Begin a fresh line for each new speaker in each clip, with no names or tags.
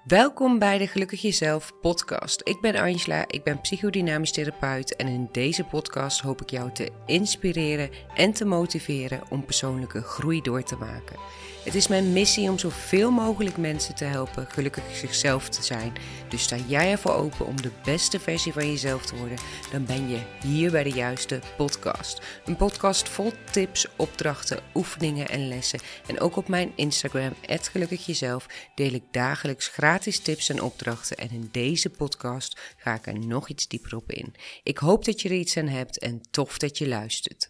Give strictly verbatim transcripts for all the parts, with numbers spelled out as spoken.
Welkom bij de Gelukkig Jezelf podcast. Ik ben Angela, ik ben psychodynamisch therapeut en in deze podcast hoop ik jou te inspireren en te motiveren om persoonlijke groei door te maken. Het is mijn missie om zoveel mogelijk mensen te helpen gelukkig zichzelf te zijn. Dus sta jij ervoor open om de beste versie van jezelf te worden, dan ben je hier bij de juiste podcast. Een podcast vol tips, opdrachten, oefeningen en lessen. En ook op mijn Instagram, at gelukkigjezelf, deel ik dagelijks gratis tips en opdrachten. En in deze podcast ga ik er nog iets dieper op in. Ik hoop dat je er iets aan hebt en tof dat je luistert.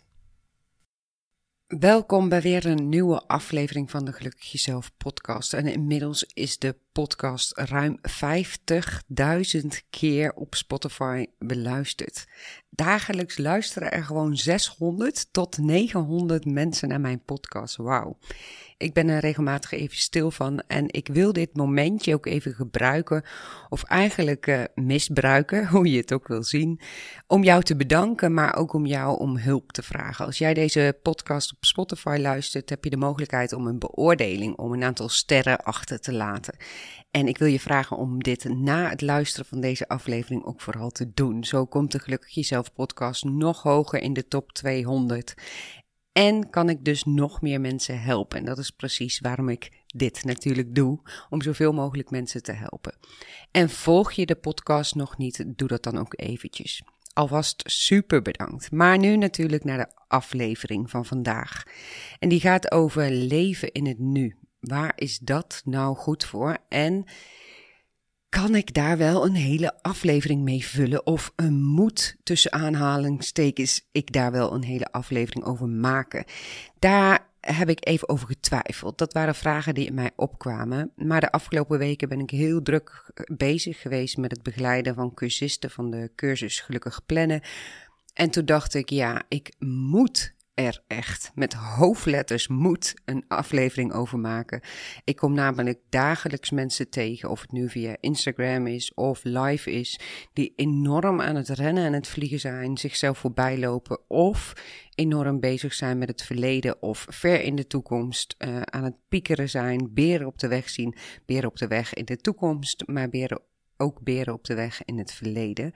Welkom bij weer een nieuwe aflevering van de Gelukkig Jezelf podcast. En inmiddels is de podcast ruim vijftigduizend keer op Spotify beluisterd. Dagelijks luisteren er gewoon zeshonderd tot negenhonderd mensen naar mijn podcast. Wauw. Ik ben er regelmatig even stil van en ik wil dit momentje ook even gebruiken, of eigenlijk uh, misbruiken, hoe je het ook wil zien, om jou te bedanken, maar ook om jou om hulp te vragen. Als jij deze podcast op Spotify luistert, heb je de mogelijkheid om een beoordeling, om een aantal sterren achter te laten. En ik wil je vragen om dit na het luisteren van deze aflevering ook vooral te doen. Zo komt de Gelukkig Jezelf podcast nog hoger in de top tweehonderd. En kan ik dus nog meer mensen helpen. En dat is precies waarom ik dit natuurlijk doe, om zoveel mogelijk mensen te helpen. En volg je de podcast nog niet, doe dat dan ook eventjes. Alvast super bedankt. Maar nu natuurlijk naar de aflevering van vandaag. En die gaat over leven in het nu. Waar is dat nou goed voor? En kan ik daar wel een hele aflevering mee vullen? Of een moet tussen aanhalingstekens ik daar wel een hele aflevering over maken? Daar heb ik even over getwijfeld. Dat waren vragen die in mij opkwamen. Maar de afgelopen weken ben ik heel druk bezig geweest met het begeleiden van cursisten van de cursus Gelukkig Plannen. En toen dacht ik, ja, ik moet er echt met hoofdletters moet een aflevering over maken. Ik kom namelijk dagelijks mensen tegen, of het nu via Instagram is of live is, die enorm aan het rennen en het vliegen zijn, zichzelf voorbij lopen of enorm bezig zijn met het verleden of ver in de toekomst uh, aan het piekeren zijn, beren op de weg zien, beren op de weg in de toekomst, maar beren, ook beren op de weg in het verleden.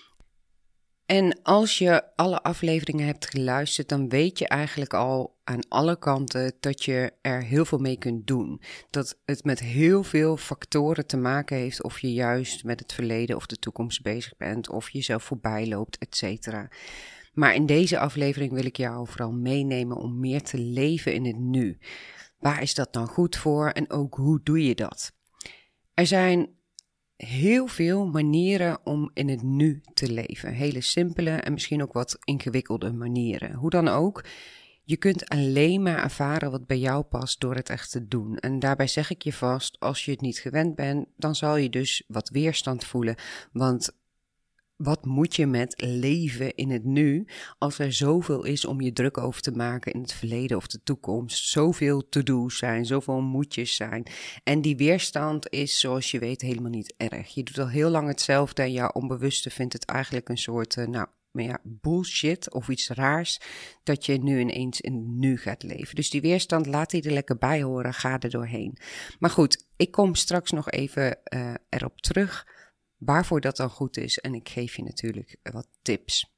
En als je alle afleveringen hebt geluisterd, dan weet je eigenlijk al aan alle kanten dat je er heel veel mee kunt doen. Dat het met heel veel factoren te maken heeft of je juist met het verleden of de toekomst bezig bent, of je jezelf voorbij loopt, et cetera. Maar in deze aflevering wil ik jou vooral meenemen om meer te leven in het nu. Waar is dat dan goed voor en ook hoe doe je dat? Er zijn heel veel manieren om in het nu te leven. Hele simpele en misschien ook wat ingewikkelde manieren. Hoe dan ook, je kunt alleen maar ervaren wat bij jou past door het echt te doen. En daarbij zeg ik je vast, als je het niet gewend bent, dan zal je dus wat weerstand voelen. Want wat moet je met leven in het nu als er zoveel is om je druk over te maken in het verleden of de toekomst? Zoveel to-do's zijn, zoveel moetjes zijn. En die weerstand is, zoals je weet, helemaal niet erg. Je doet al heel lang hetzelfde en jouw onbewuste vindt het eigenlijk een soort, uh, nou, maar ja, bullshit of iets raars, dat je nu ineens in het nu gaat leven. Dus die weerstand, laat die er lekker bij horen, ga er doorheen. Maar goed, ik kom straks nog even uh, erop terug waarvoor dat dan goed is en ik geef je natuurlijk wat tips.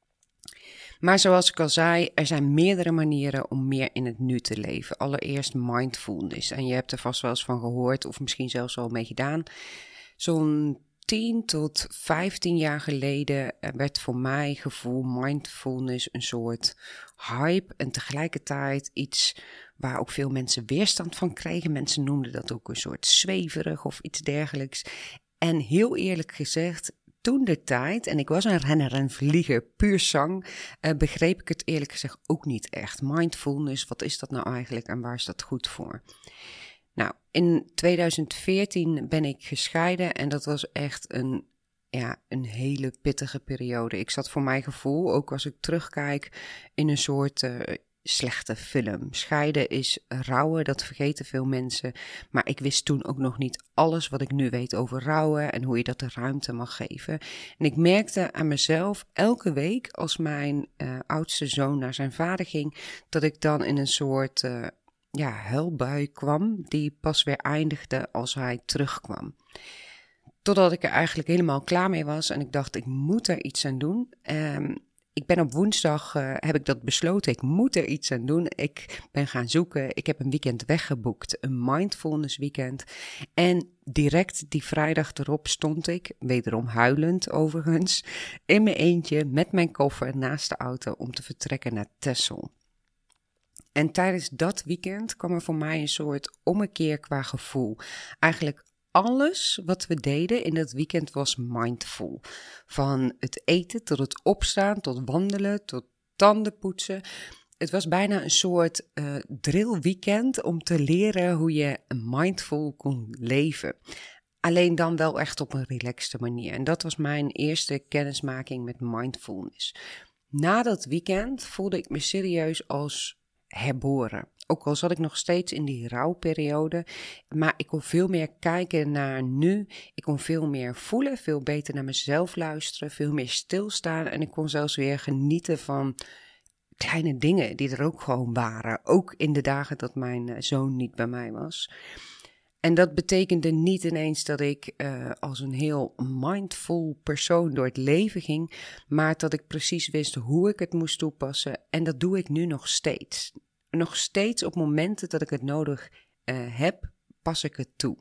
Maar zoals ik al zei, er zijn meerdere manieren om meer in het nu te leven. Allereerst mindfulness en je hebt er vast wel eens van gehoord of misschien zelfs al mee gedaan. Zo'n tien tot vijftien jaar geleden werd voor mij gevoel mindfulness een soort hype en tegelijkertijd iets waar ook veel mensen weerstand van kregen. Mensen noemden dat ook een soort zweverig of iets dergelijks. En heel eerlijk gezegd, toen de tijd, en ik was een renner en vlieger, puur zang, uh, begreep ik het eerlijk gezegd ook niet echt. Mindfulness, wat is dat nou eigenlijk en waar is dat goed voor? Nou, in tweeduizend veertien ben ik gescheiden en dat was echt een, ja, een hele pittige periode. Ik zat voor mijn gevoel, ook als ik terugkijk, in een soort uh, slechte film. Scheiden is rouwen, dat vergeten veel mensen. Maar ik wist toen ook nog niet alles wat ik nu weet over rouwen en hoe je dat de ruimte mag geven. En ik merkte aan mezelf elke week als mijn uh, oudste zoon naar zijn vader ging, dat ik dan in een soort uh, ja, huilbui kwam, die pas weer eindigde als hij terugkwam. Totdat ik er eigenlijk helemaal klaar mee was en ik dacht, ik moet er iets aan doen. Um, ik ben op woensdag, uh, heb ik dat besloten, ik moet er iets aan doen. Ik ben gaan zoeken, ik heb een weekend weggeboekt, een mindfulness weekend. En direct die vrijdag erop stond ik, wederom huilend overigens, in mijn eentje met mijn koffer naast de auto om te vertrekken naar Texel. En tijdens dat weekend kwam er voor mij een soort ommekeer qua gevoel. Eigenlijk alles wat we deden in dat weekend was mindful. Van het eten tot het opstaan, tot wandelen, tot tanden poetsen. Het was bijna een soort uh, drillweekend om te leren hoe je mindful kon leven. Alleen dan wel echt op een relaxte manier. En dat was mijn eerste kennismaking met mindfulness. Na dat weekend voelde ik me serieus als herboren. Ook al zat ik nog steeds in die rouwperiode, maar ik kon veel meer kijken naar nu. Ik kon veel meer voelen, veel beter naar mezelf luisteren, veel meer stilstaan. En ik kon zelfs weer genieten van kleine dingen die er ook gewoon waren. Ook in de dagen dat mijn zoon niet bij mij was. En dat betekende niet ineens dat ik uh, als een heel mindful persoon door het leven ging, maar dat ik precies wist hoe ik het moest toepassen. En dat doe ik nu nog steeds. Nog steeds op momenten dat ik het nodig uh, heb, pas ik het toe.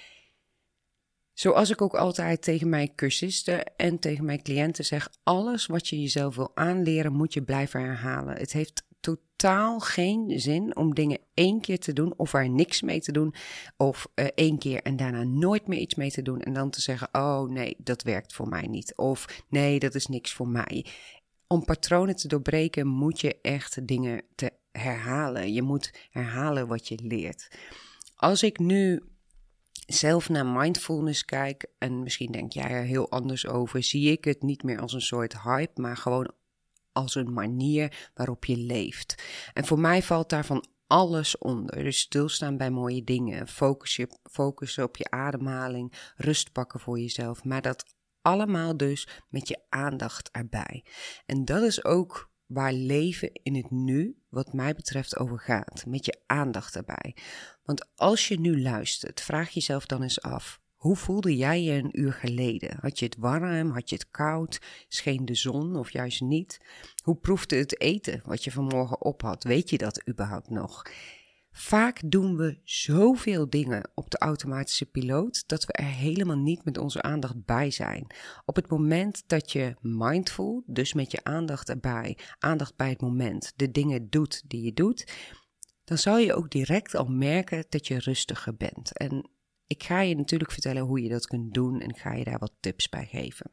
Zoals ik ook altijd tegen mijn cursisten en tegen mijn cliënten zeg, alles wat je jezelf wil aanleren moet je blijven herhalen. Het heeft totaal geen zin om dingen één keer te doen of er niks mee te doen of uh, één keer en daarna nooit meer iets mee te doen en dan te zeggen, oh nee, dat werkt voor mij niet of nee, dat is niks voor mij. Om patronen te doorbreken moet je echt dingen te herhalen. Je moet herhalen wat je leert. Als ik nu zelf naar mindfulness kijk en misschien denk jij er heel anders over, zie ik het niet meer als een soort hype, maar gewoon als een manier waarop je leeft. En voor mij valt daarvan alles onder. Dus stilstaan bij mooie dingen, focus je, focussen op je ademhaling, rust pakken voor jezelf, maar dat allemaal dus met je aandacht erbij. En dat is ook waar leven in het nu, wat mij betreft, over gaat. Met je aandacht erbij. Want als je nu luistert, vraag jezelf dan eens af, hoe voelde jij je een uur geleden? Had je het warm? Had je het koud? Scheen de zon of juist niet? Hoe proefde het eten wat je vanmorgen op had? Weet je dat überhaupt nog? Vaak doen we zoveel dingen op de automatische piloot dat we er helemaal niet met onze aandacht bij zijn. Op het moment dat je mindful, dus met je aandacht erbij, aandacht bij het moment, de dingen doet die je doet, dan zal je ook direct al merken dat je rustiger bent. En ik ga je natuurlijk vertellen hoe je dat kunt doen en ik ga je daar wat tips bij geven.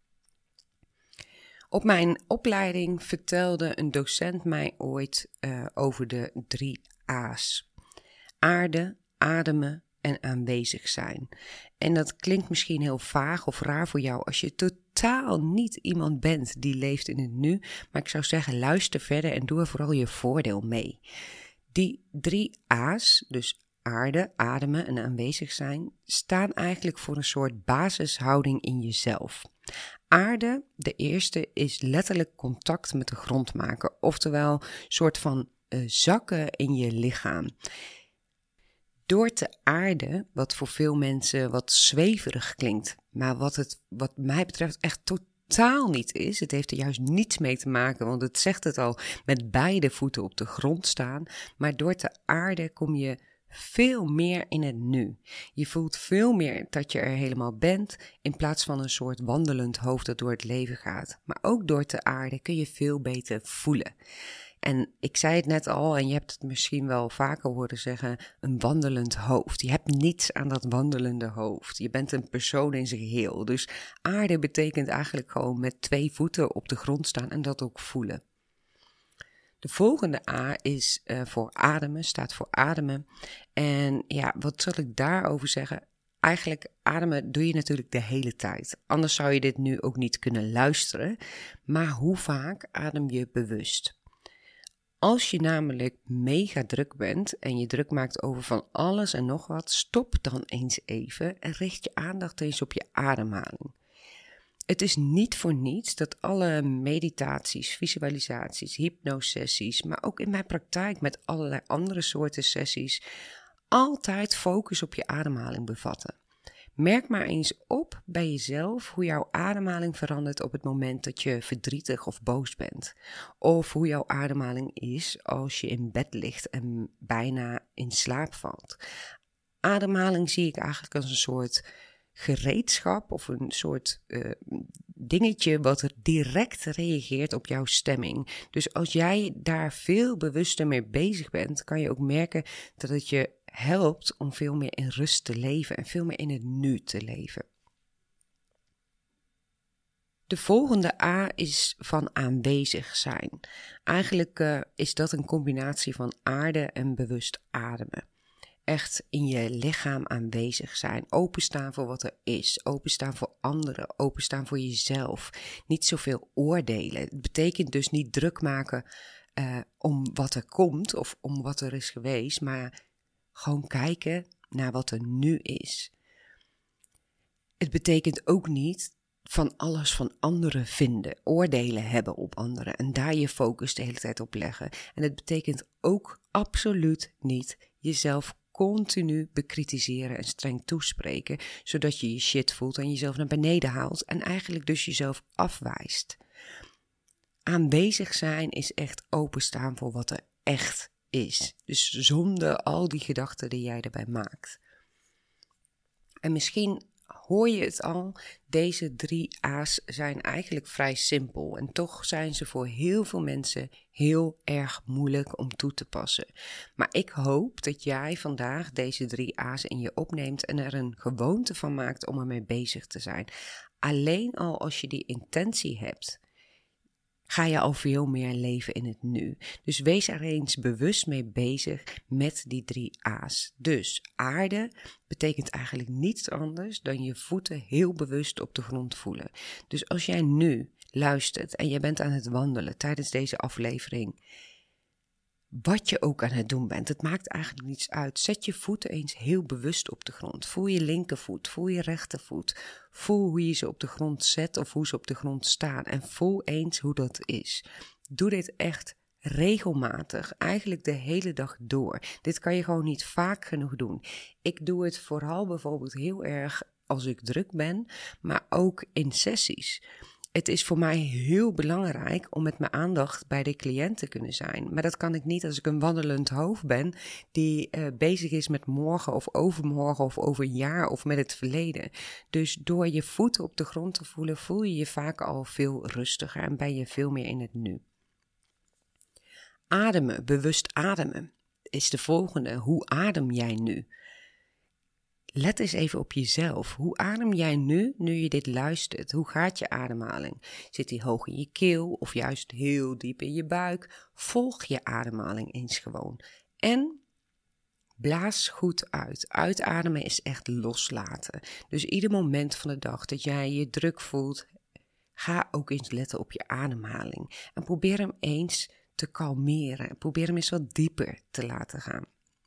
Op mijn opleiding vertelde een docent mij ooit uh, over de drie A's. Aarde, ademen en aanwezig zijn. En dat klinkt misschien heel vaag of raar voor jou als je totaal niet iemand bent die leeft in het nu. Maar ik zou zeggen, luister verder en doe er vooral je voordeel mee. Die drie A's, dus aarde, ademen en aanwezig zijn, staan eigenlijk voor een soort basishouding in jezelf. Aarde, de eerste, is letterlijk contact met de grond maken. Oftewel, een soort van uh, zakken in je lichaam. Door te aarden, wat voor veel mensen wat zweverig klinkt, maar wat het wat mij betreft echt totaal niet is. Het heeft er juist niets mee te maken, want het zegt het al, met beide voeten op de grond staan. Maar door te aarden kom je veel meer in het nu. Je voelt veel meer dat je er helemaal bent, in plaats van een soort wandelend hoofd dat door het leven gaat. Maar ook door te aarden kun je veel beter voelen. En ik zei het net al, en je hebt het misschien wel vaker horen zeggen, een wandelend hoofd. Je hebt niets aan dat wandelende hoofd. Je bent een persoon in zijn geheel. Dus aarde betekent eigenlijk gewoon met twee voeten op de grond staan en dat ook voelen. De volgende A is uh, voor ademen, staat voor ademen. En ja, wat zal ik daarover zeggen? Eigenlijk ademen doe je natuurlijk de hele tijd. Anders zou je dit nu ook niet kunnen luisteren. Maar hoe vaak adem je bewust? Als je namelijk mega druk bent en je druk maakt over van alles en nog wat, stop dan eens even en richt je aandacht eens op je ademhaling. Het is niet voor niets dat alle meditaties, visualisaties, hypnosessies, maar ook in mijn praktijk met allerlei andere soorten sessies, altijd focus op je ademhaling bevatten. Merk maar eens op bij jezelf hoe jouw ademhaling verandert op het moment dat je verdrietig of boos bent. Of hoe jouw ademhaling is als je in bed ligt en bijna in slaap valt. Ademhaling zie ik eigenlijk als een soort gereedschap of een soort uh, dingetje wat er direct reageert op jouw stemming. Dus als jij daar veel bewuster mee bezig bent, kan je ook merken dat het je helpt om veel meer in rust te leven en veel meer in het nu te leven. De volgende A is van aanwezig zijn. Eigenlijk uh, is dat een combinatie van aarde en bewust ademen. Echt in je lichaam aanwezig zijn. Openstaan voor wat er is. Openstaan voor anderen. Openstaan voor jezelf. Niet zoveel oordelen. Het betekent dus niet druk maken uh, om wat er komt of om wat er is geweest. Maar gewoon kijken naar wat er nu is. Het betekent ook niet van alles van anderen vinden. Oordelen hebben op anderen. En daar je focus de hele tijd op leggen. En het betekent ook absoluut niet jezelf continu bekritiseren en streng toespreken, zodat je je shit voelt en jezelf naar beneden haalt en eigenlijk dus jezelf afwijst. Aanwezig zijn is echt openstaan voor wat er echt is. Dus zonder al die gedachten die jij erbij maakt. En misschien hoor je het al, deze drie A's zijn eigenlijk vrij simpel en toch zijn ze voor heel veel mensen heel erg moeilijk om toe te passen. Maar ik hoop dat jij vandaag deze drie A's in je opneemt en er een gewoonte van maakt om ermee bezig te zijn. Alleen al als je die intentie hebt, ga je al veel meer leven in het nu. Dus wees er eens bewust mee bezig met die drie A's. Dus aarde betekent eigenlijk niets anders dan je voeten heel bewust op de grond voelen. Dus als jij nu luistert en je bent aan het wandelen tijdens deze aflevering, wat je ook aan het doen bent, het maakt eigenlijk niets uit. Zet je voeten eens heel bewust op de grond. Voel je linkervoet, voel je rechtervoet. Voel hoe je ze op de grond zet of hoe ze op de grond staan. En voel eens hoe dat is. Doe dit echt regelmatig, eigenlijk de hele dag door. Dit kan je gewoon niet vaak genoeg doen. Ik doe het vooral bijvoorbeeld heel erg als ik druk ben, maar ook in sessies. Het is voor mij heel belangrijk om met mijn aandacht bij de cliënt te kunnen zijn. Maar dat kan ik niet als ik een wandelend hoofd ben die uh, bezig is met morgen of overmorgen of over een jaar of met het verleden. Dus door je voeten op de grond te voelen, voel je je vaak al veel rustiger en ben je veel meer in het nu. Ademen, bewust ademen, is de volgende. Hoe adem jij nu? Let eens even op jezelf. Hoe adem jij nu, nu je dit luistert? Hoe gaat je ademhaling? Zit die hoog in je keel of juist heel diep in je buik? Volg je ademhaling eens gewoon. En blaas goed uit. Uitademen is echt loslaten. Dus ieder moment van de dag dat jij je druk voelt, ga ook eens letten op je ademhaling. En probeer hem eens te kalmeren. Probeer hem eens wat dieper te laten gaan.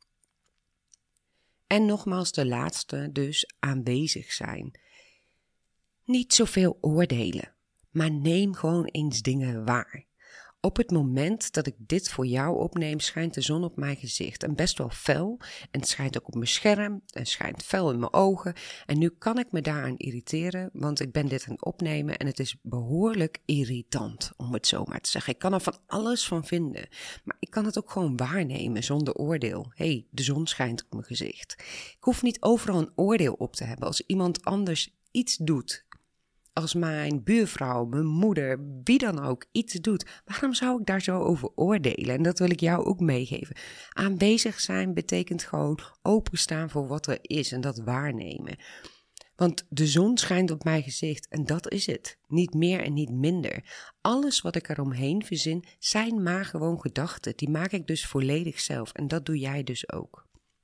En nogmaals de laatste, dus aanwezig zijn. Niet zoveel oordelen, maar neem gewoon eens dingen waar. Op het moment dat ik dit voor jou opneem, schijnt de zon op mijn gezicht. En best wel fel. En het schijnt ook op mijn scherm. En schijnt fel in mijn ogen. En nu kan ik me daaraan irriteren, want ik ben dit aan het opnemen. En het is behoorlijk irritant, om het zo maar te zeggen. Ik kan er van alles van vinden. Maar ik kan het ook gewoon waarnemen, zonder oordeel. Hé, hey, de zon schijnt op mijn gezicht. Ik hoef niet overal een oordeel op te hebben. Als iemand anders iets doet, als mijn buurvrouw, mijn moeder, wie dan ook iets doet, waarom zou ik daar zo over oordelen? En dat wil ik jou ook meegeven. Aanwezig zijn betekent gewoon openstaan voor wat er is en dat waarnemen. Want de zon schijnt op mijn gezicht en dat is het. Niet meer en niet minder. Alles wat ik eromheen verzin zijn maar gewoon gedachten. Die maak ik dus volledig zelf en dat doe jij dus ook.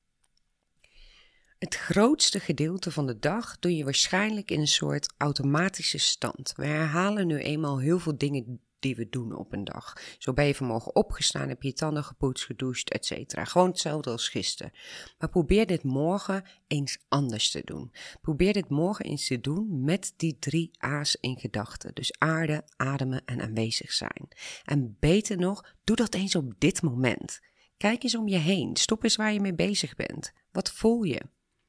Het grootste gedeelte van de dag doe je waarschijnlijk in een soort automatische stand. We herhalen nu eenmaal heel veel dingen die we doen op een dag. Zo ben je vanmorgen opgestaan, heb je je tanden gepoetst, gedoucht, et cetera. Gewoon hetzelfde als gisteren. Maar probeer dit morgen eens anders te doen. Probeer dit morgen eens te doen met die drie A's in gedachten. Dus aarde, ademen en aanwezig zijn. En beter nog, doe dat eens op dit moment. Kijk eens om je heen. Stop eens waar je mee bezig bent. Wat voel je?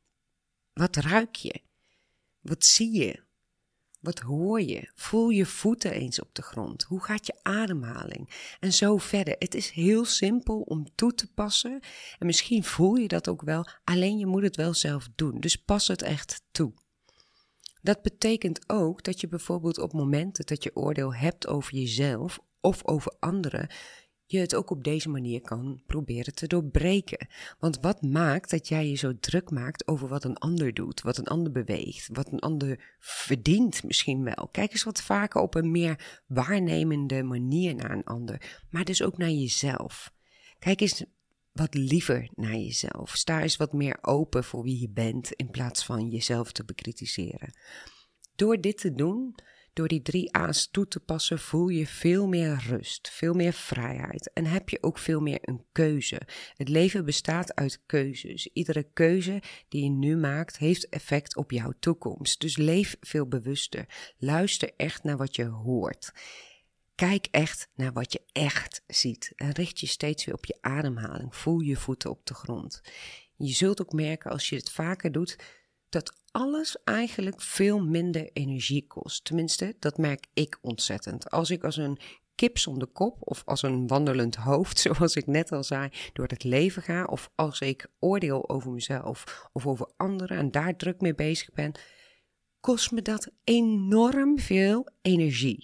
Wat ruik je? Wat zie je? Wat hoor je? Voel je voeten eens op de grond. Hoe gaat je ademhaling? En zo verder. Het is heel simpel om toe te passen. En misschien voel je dat ook wel. Alleen je moet het wel zelf doen. Dus pas het echt toe. Dat betekent ook dat je bijvoorbeeld op momenten dat je oordeel hebt over jezelf of over anderen, je het ook op deze manier kan proberen te doorbreken. Want wat maakt dat jij je zo druk maakt over wat een ander doet, wat een ander beweegt, wat een ander verdient misschien wel. Kijk eens wat vaker op een meer waarnemende manier naar een ander, maar dus ook naar jezelf. Kijk eens wat liever naar jezelf. Sta eens wat meer open voor wie je bent in plaats van jezelf te bekritiseren. Door dit te doen, door die drie A's toe te passen, voel je veel meer rust, veel meer vrijheid en heb je ook veel meer een keuze. Het leven bestaat uit keuzes. Iedere keuze die je nu maakt heeft effect op jouw toekomst. Dus leef veel bewuster. Luister echt naar wat je hoort. Kijk echt naar wat je echt ziet en richt je steeds weer op je ademhaling. Voel je voeten op de grond. Je zult ook merken als je het vaker doet, dat alles eigenlijk veel minder energie kost. Tenminste, dat merk ik ontzettend. Als ik als een kip zonder kop of als een wandelend hoofd, zoals ik net al zei, door het leven ga, of als ik oordeel over mezelf of over anderen en daar druk mee bezig ben, kost me dat enorm veel energie.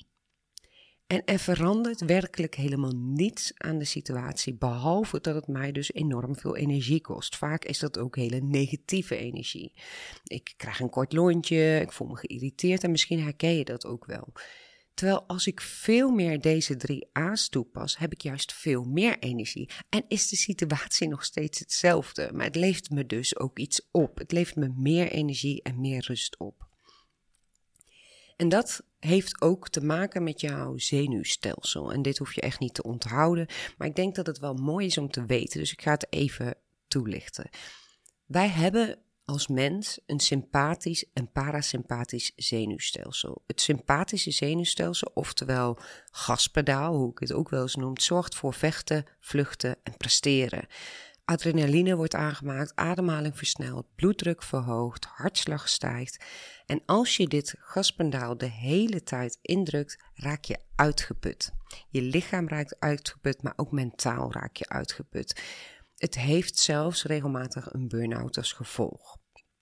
En er verandert werkelijk helemaal niets aan de situatie, behalve dat het mij dus enorm veel energie kost. Vaak is dat ook hele negatieve energie. Ik krijg een kort lontje, ik voel me geïrriteerd en misschien herken je dat ook wel. Terwijl als ik veel meer deze drie A's toepas, heb ik juist veel meer energie. En is de situatie nog steeds hetzelfde, maar het levert me dus ook iets op. Het levert me meer energie en meer rust op. En dat heeft ook te maken met jouw zenuwstelsel. En dit hoef je echt niet te onthouden, maar ik denk dat het wel mooi is om te weten, dus ik ga het even toelichten. Wij hebben als mens een sympathisch en parasympathisch zenuwstelsel. Het sympathische zenuwstelsel, oftewel gaspedaal, hoe ik het ook wel eens noem, zorgt voor vechten, vluchten en presteren. Adrenaline wordt aangemaakt, ademhaling versnelt, bloeddruk verhoogt, hartslag stijgt. En als je dit gaspedaal de hele tijd indrukt, raak je uitgeput. Je lichaam raakt uitgeput, maar ook mentaal raak je uitgeput. Het heeft zelfs regelmatig een burn-out als gevolg.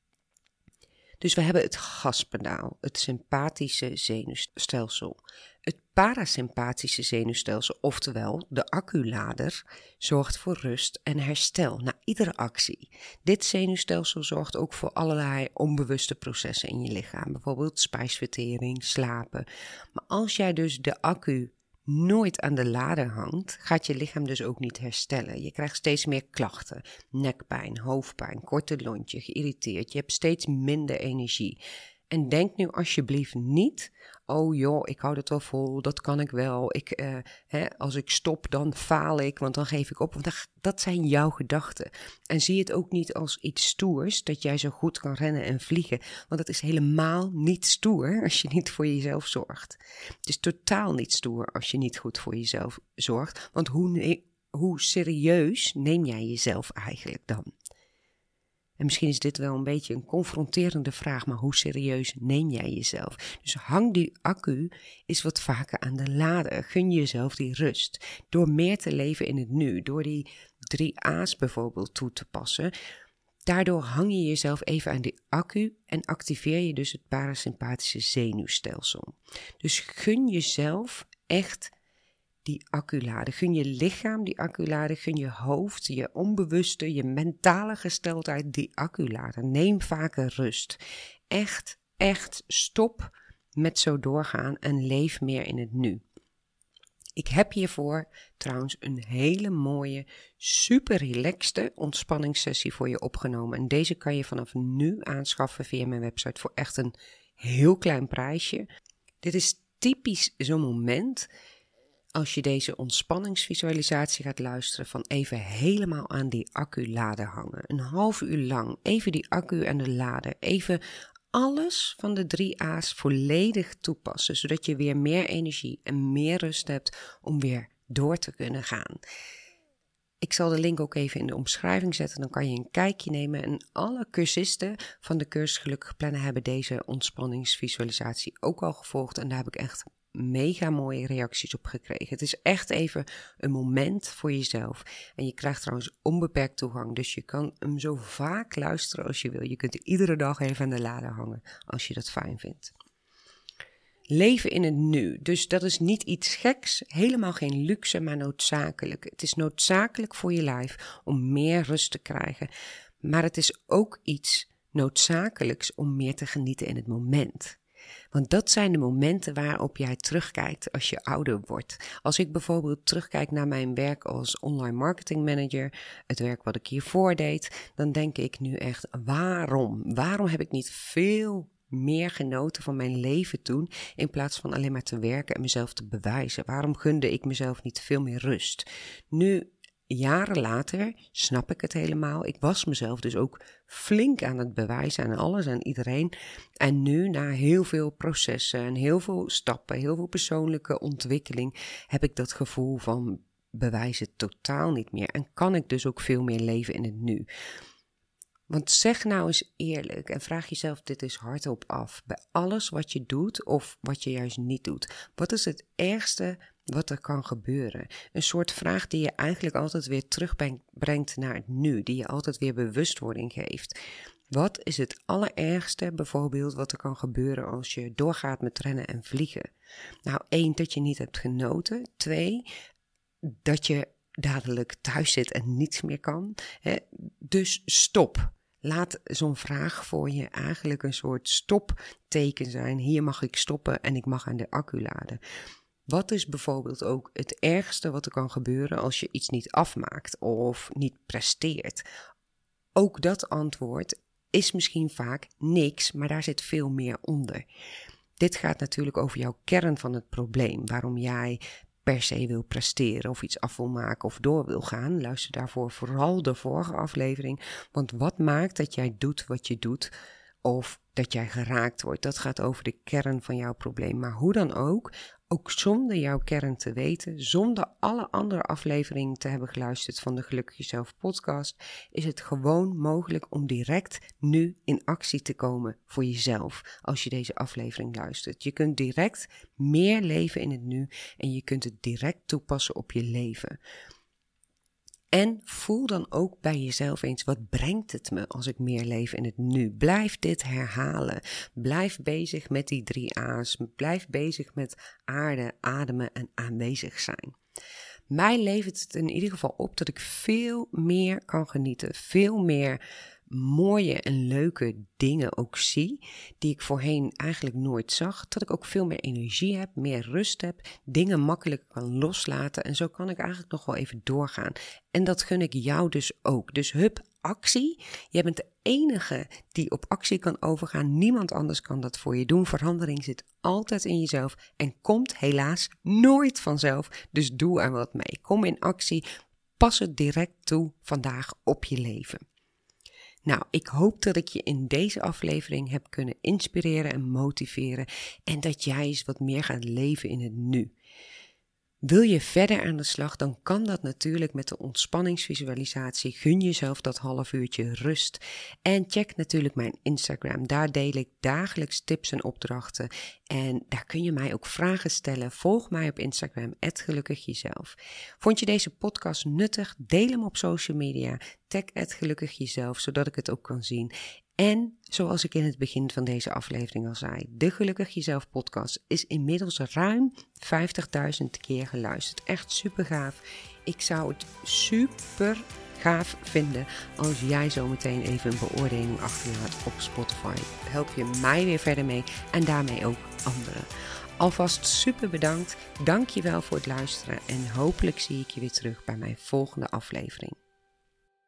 Dus we hebben het gaspedaal, het sympathische zenuwstelsel. Het parasympathische zenuwstelsel, oftewel de acculader, zorgt voor rust en herstel na iedere actie. Dit zenuwstelsel zorgt ook voor allerlei onbewuste processen in je lichaam, bijvoorbeeld spijsvertering, slapen. Maar als jij dus de accu nooit aan de lader hangt, gaat je lichaam dus ook niet herstellen. Je krijgt steeds meer klachten, nekpijn, hoofdpijn, korte lontje, geïrriteerd. Je hebt steeds minder energie. En denk nu alsjeblieft niet, oh joh, ik hou het wel vol, dat kan ik wel. Ik, uh, hè, als ik stop, dan faal ik, want dan geef ik op. Want dat, dat zijn jouw gedachten. En zie het ook niet als iets stoers, dat jij zo goed kan rennen en vliegen. Want dat is helemaal niet stoer als je niet voor jezelf zorgt. Het is totaal niet stoer als je niet goed voor jezelf zorgt. Want hoe, hoe serieus neem jij jezelf eigenlijk dan? En misschien is dit wel een beetje een confronterende vraag, maar hoe serieus neem jij jezelf? Dus hang die accu eens wat vaker aan de lader. Gun jezelf die rust. Door meer te leven in het nu, door die drie A's bijvoorbeeld toe te passen. Daardoor hang je jezelf even aan die accu en activeer je dus het parasympathische zenuwstelsel. Dus gun jezelf echt die acculader. Gun je lichaam die acculader, gun je hoofd, je onbewuste, je mentale gesteldheid die acculader. Neem vaker rust. Echt, echt stop met zo doorgaan en leef meer in het nu. Ik heb hiervoor trouwens een hele mooie, super relaxte ontspanningssessie voor je opgenomen. En deze kan je vanaf nu aanschaffen via mijn website voor echt een heel klein prijsje. Dit is typisch zo'n moment als je deze ontspanningsvisualisatie gaat luisteren van even helemaal aan die accu-lader hangen. Een half uur lang, even die accu en de lader, even alles van de drie A's volledig toepassen, zodat je weer meer energie en meer rust hebt om weer door te kunnen gaan. Ik zal de link ook even in de omschrijving zetten, dan kan je een kijkje nemen. En alle cursisten van de cursus Gelukkig Plannen hebben deze ontspanningsvisualisatie ook al gevolgd. En daar heb ik echt mega mooie reacties op gekregen. Het is echt even een moment voor jezelf. En je krijgt trouwens onbeperkt toegang, dus je kan hem zo vaak luisteren als je wil. Je kunt er iedere dag even aan de lader hangen als je dat fijn vindt. Leven in het nu. Dus dat is niet iets geks, helemaal geen luxe, maar noodzakelijk. Het is noodzakelijk voor je lijf om meer rust te krijgen. Maar het is ook iets noodzakelijks om meer te genieten in het moment. Want dat zijn de momenten waarop jij terugkijkt als je ouder wordt. Als ik bijvoorbeeld terugkijk naar mijn werk als online marketing manager, het werk wat ik hiervoor deed, dan denk ik nu echt, waarom? Waarom heb ik niet veel meer genoten van mijn leven toen, in plaats van alleen maar te werken en mezelf te bewijzen? Waarom gunde ik mezelf niet veel meer rust? Nu, jaren later, snap ik het helemaal. Ik was mezelf dus ook flink aan het bewijzen aan alles en iedereen. En nu, na heel veel processen en heel veel stappen, heel veel persoonlijke ontwikkeling, heb ik dat gevoel van bewijzen totaal niet meer. En kan ik dus ook veel meer leven in het nu. Want zeg nou eens eerlijk en vraag jezelf dit eens hardop af. Bij alles wat je doet of wat je juist niet doet. Wat is het ergste wat er kan gebeuren? Een soort vraag die je eigenlijk altijd weer terugbrengt naar het nu. Die je altijd weer bewustwording geeft. Wat is het allerergste bijvoorbeeld wat er kan gebeuren als je doorgaat met rennen en vliegen? Nou, één, dat je niet hebt genoten. Twee, dat je dadelijk thuis zit en niets meer kan. Hè? Dus stop. Laat zo'n vraag voor je eigenlijk een soort stopteken zijn. Hier mag ik stoppen en ik mag aan de accu laden. Wat is bijvoorbeeld ook het ergste wat er kan gebeuren als je iets niet afmaakt of niet presteert? Ook dat antwoord is misschien vaak niks, maar daar zit veel meer onder. Dit gaat natuurlijk over jouw kern van het probleem, waarom jij per se wil presteren of iets af wil maken of door wil gaan. Luister daarvoor vooral de vorige aflevering. Want wat maakt dat jij doet wat je doet of dat jij geraakt wordt? Dat gaat over de kern van jouw probleem. Maar hoe dan ook, ook zonder jouw kern te weten, zonder alle andere afleveringen te hebben geluisterd van de Gelukkig Jezelf podcast, is het gewoon mogelijk om direct nu in actie te komen voor jezelf als je deze aflevering luistert. Je kunt direct meer leven in het nu en je kunt het direct toepassen op je leven. En voel dan ook bij jezelf eens, wat brengt het me als ik meer leef in het nu? Blijf dit herhalen. Blijf bezig met die drie A's. Blijf bezig met aarde, ademen en aanwezig zijn. Mij levert het in ieder geval op dat ik veel meer kan genieten. Veel meer mooie en leuke dingen ook zie, die ik voorheen eigenlijk nooit zag. Dat ik ook veel meer energie heb, meer rust heb, dingen makkelijker kan loslaten. En zo kan ik eigenlijk nog wel even doorgaan. En dat gun ik jou dus ook. Dus hup, actie. Jij bent de enige die op actie kan overgaan. Niemand anders kan dat voor je doen. Verandering zit altijd in jezelf en komt helaas nooit vanzelf. Dus doe er wat mee. Kom in actie. Pas het direct toe vandaag op je leven. Nou, ik hoop dat ik je in deze aflevering heb kunnen inspireren en motiveren en dat jij eens wat meer gaat leven in het nu. Wil je verder aan de slag, dan kan dat natuurlijk met de ontspanningsvisualisatie. Gun jezelf dat half uurtje rust. En check natuurlijk mijn Instagram. Daar deel ik dagelijks tips en opdrachten. En daar kun je mij ook vragen stellen. Volg mij op Instagram, at gelukkig jezelf. Vond je deze podcast nuttig? Deel hem op social media. Tag at gelukkig jezelf, zodat ik het ook kan zien. En zoals ik in het begin van deze aflevering al zei, de Gelukkig Jezelf podcast is inmiddels ruim vijftigduizend keer geluisterd. Echt super gaaf. Ik zou het super gaaf vinden als jij zo meteen even een beoordeling achterlaat op Spotify. Help je mij weer verder mee en daarmee ook anderen. Alvast super bedankt. Dank je wel voor het luisteren en hopelijk zie ik je weer terug bij mijn volgende aflevering.